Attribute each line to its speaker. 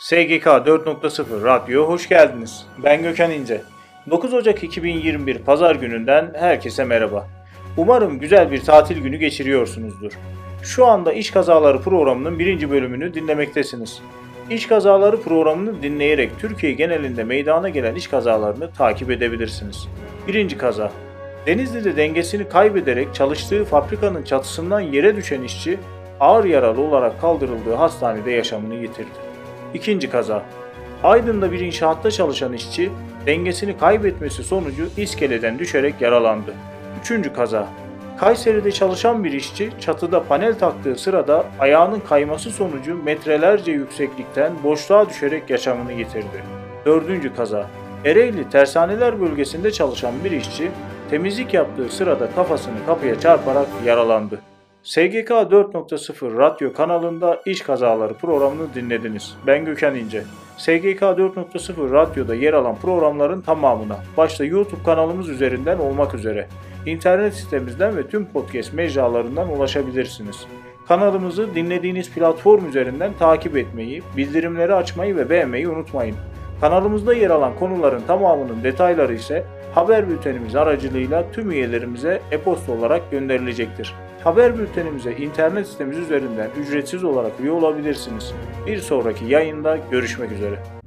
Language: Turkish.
Speaker 1: SGK 4.0 Radyo'ya hoş geldiniz. Ben Gökhan İnce. 9 Ocak 2021 Pazar gününden herkese merhaba. Umarım güzel bir tatil günü geçiriyorsunuzdur. Şu anda İş Kazaları programının birinci bölümünü dinlemektesiniz. İş Kazaları programını dinleyerek Türkiye genelinde meydana gelen iş kazalarını takip edebilirsiniz. Birinci kaza. Denizli'de dengesini kaybederek çalıştığı fabrikanın çatısından yere düşen işçi ağır yaralı olarak kaldırıldığı hastanede yaşamını yitirdi. İkinci kaza. Aydın'da bir inşaatta çalışan işçi dengesini kaybetmesi sonucu iskeleden düşerek yaralandı. Üçüncü kaza. Kayseri'de çalışan bir işçi çatıda panel taktığı sırada ayağının kayması sonucu metrelerce yükseklikten boşluğa düşerek yaşamını yitirdi. Dördüncü kaza. Ereğli Tersaneler bölgesinde çalışan bir işçi temizlik yaptığı sırada kafasını kapıya çarparak yaralandı. SGK 4.0 Radyo kanalında İş Kazaları programını dinlediniz. Ben Gökhan İnce. SGK 4.0 Radyo'da yer alan programların tamamına, başta YouTube kanalımız üzerinden olmak üzere, internet sitemizden ve tüm podcast mecralarından ulaşabilirsiniz. Kanalımızı dinlediğiniz platform üzerinden takip etmeyi, bildirimleri açmayı ve beğenmeyi unutmayın. Kanalımızda yer alan konuların tamamının detayları ise haber bültenimiz aracılığıyla tüm üyelerimize e-posta olarak gönderilecektir. Haber bültenimize internet sitemiz üzerinden ücretsiz olarak üye olabilirsiniz. Bir sonraki yayında görüşmek üzere.